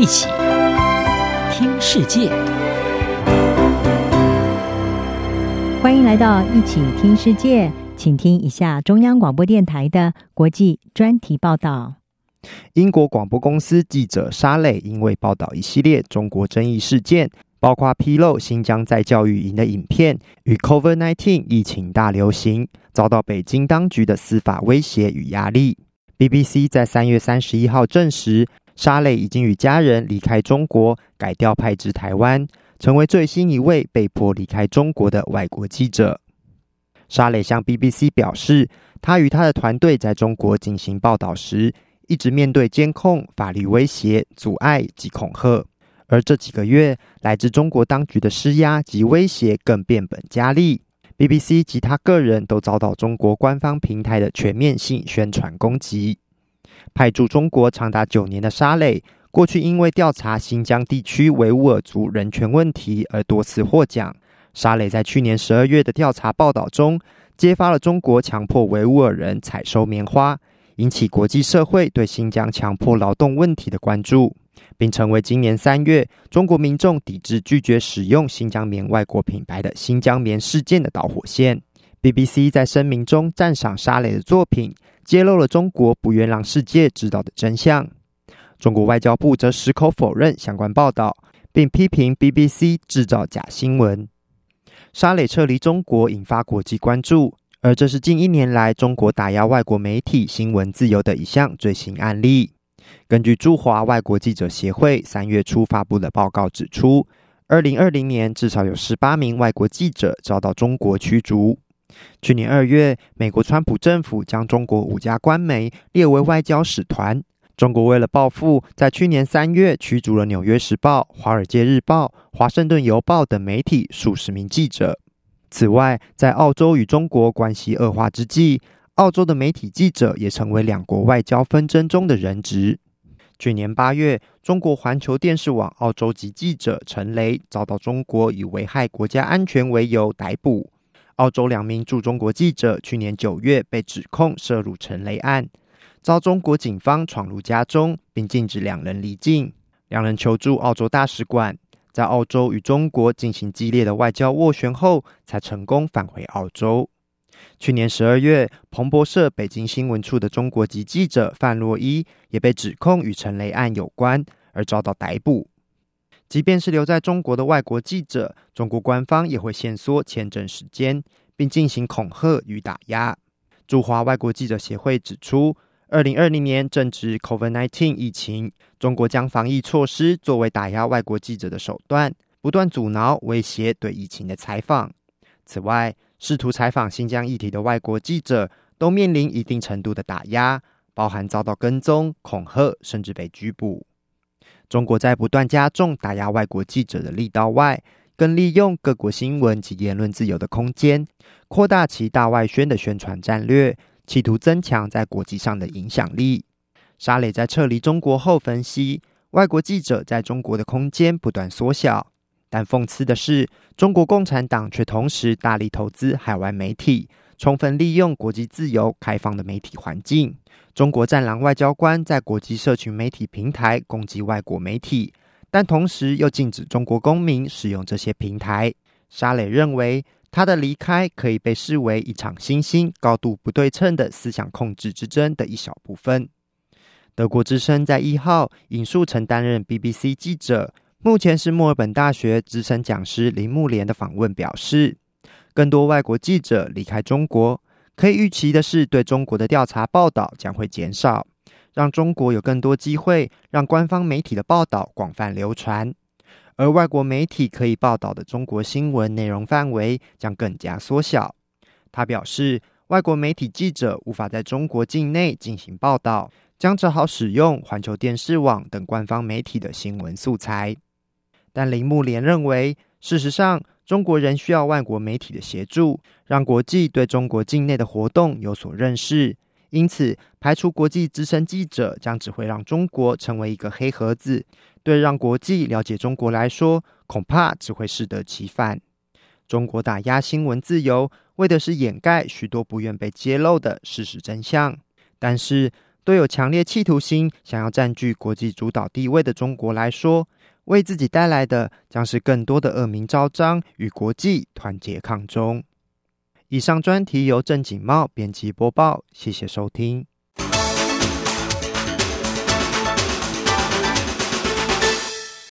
一起听世界。 欢迎来到一起听世界，请听一下中央广播电台的国际专题报道。 英国广播公司记者沙磊因为报道一系列中国争议事件，包括披露新疆在教育营的影片与 COVID-19 疫情大流行，遭到北京当局的司法威胁与压力。BBC 在3月31号证实，沙磊已经与家人离开中国，改调派至台湾，成为最新一位被迫离开中国的外国记者。沙磊向 BBC 表示，他与他的团队在中国进行报道时，一直面对监控、法律威胁、阻碍及恐吓，而这几个月来自中国当局的施压及威胁更变本加厉。BBC 及他个人都遭到中国官方平台的全面性宣传攻击。派驻中国长达9年的沙磊，过去因为调查新疆地区维吾尔族人权问题而多次获奖。沙磊在去年12月的调查报道中，揭发了中国强迫维吾尔人采收棉花，引起国际社会对新疆强迫劳动问题的关注，并成为今年3月中国民众抵制拒绝使用新疆棉外国品牌的新疆棉事件的导火线。BBC 在声明中赞赏沙磊的作品，揭露了中国不愿让世界知道的真相。中国外交部则矢口否认相关报道，并批评 BBC 制造假新闻。沙磊撤离中国引发国际关注，而这是近1年来中国打压外国媒体新闻自由的一项最新案例。根据驻华外国记者协会3月初发布的报告指出，2020年至少有18名外国记者遭到中国驱逐。去年2月，美国川普政府将中国5家官媒列为外交使团。中国为了报复，在去年3月驱逐了《纽约时报》、《华尔街日报》、《华盛顿邮报》等媒体数十名记者。此外，在澳洲与中国关系恶化之际，澳洲的媒体记者也成为两国外交纷争中的人质。去年8月，中国环球电视网澳洲籍记者陈雷遭到中国以危害国家安全为由逮捕。澳洲2名驻中国记者去年9月被指控涉入陈雷案，遭中国警方闯入家中，并禁止2人离境。2人求助澳洲大使馆，在澳洲与中国进行激烈的外交斡旋后，才成功返回澳洲。去年12月，彭博社北京新闻处的中国籍记者范若伊也被指控与陈雷案有关，而遭到逮捕。即便是留在中国的外国记者，中国官方也会限缩签证时间，并进行恐吓与打压。驻华外国记者协会指出，2020年正值 COVID-19 疫情，中国将防疫措施作为打压外国记者的手段，不断阻挠、威胁对疫情的采访。此外，试图采访新疆议题的外国记者都面临一定程度的打压，包含遭到跟踪、恐吓，甚至被拘捕。中国在不断加重打压外国记者的力道外，更利用各国新闻及言论自由的空间，扩大其大外宣的宣传战略，企图增强在国际上的影响力。沙磊在撤离中国后分析，外国记者在中国的空间不断缩小，但讽刺的是，中国共产党却同时大力投资海外媒体，充分利用国际自由开放的媒体环境。中国战狼外交官在国际社群媒体平台攻击外国媒体，但同时又禁止中国公民使用这些平台。沙磊认为，他的离开可以被视为一场新兴、高度不对称的思想控制之争的一小部分。德国之声在1号引述曾担任 BBC 记者，目前是墨尔本大学资深讲师林木莲的访问表示，更多外国记者离开中国，可以预期的是对中国的调查报道将会减少，让中国有更多机会让官方媒体的报道广泛流传，而外国媒体可以报道的中国新闻内容范围将更加缩小。他表示，外国媒体记者无法在中国境内进行报道，将只好使用环球电视网等官方媒体的新闻素材。但林木莲认为，事实上，中国仍需要外国媒体的协助，让国际对中国境内的活动有所认识。因此，排除国际资深记者将只会让中国成为一个黑盒子，对让国际了解中国来说，恐怕只会适得其反。中国打压新闻自由，为的是掩盖许多不愿被揭露的事实真相。但是， 对有强烈企图心想要占据国际主导地位的中国来说，为自己带来的将是更多的恶名昭彰与国际团结抗中。以上专题由郑景茂编辑播报，谢谢收听。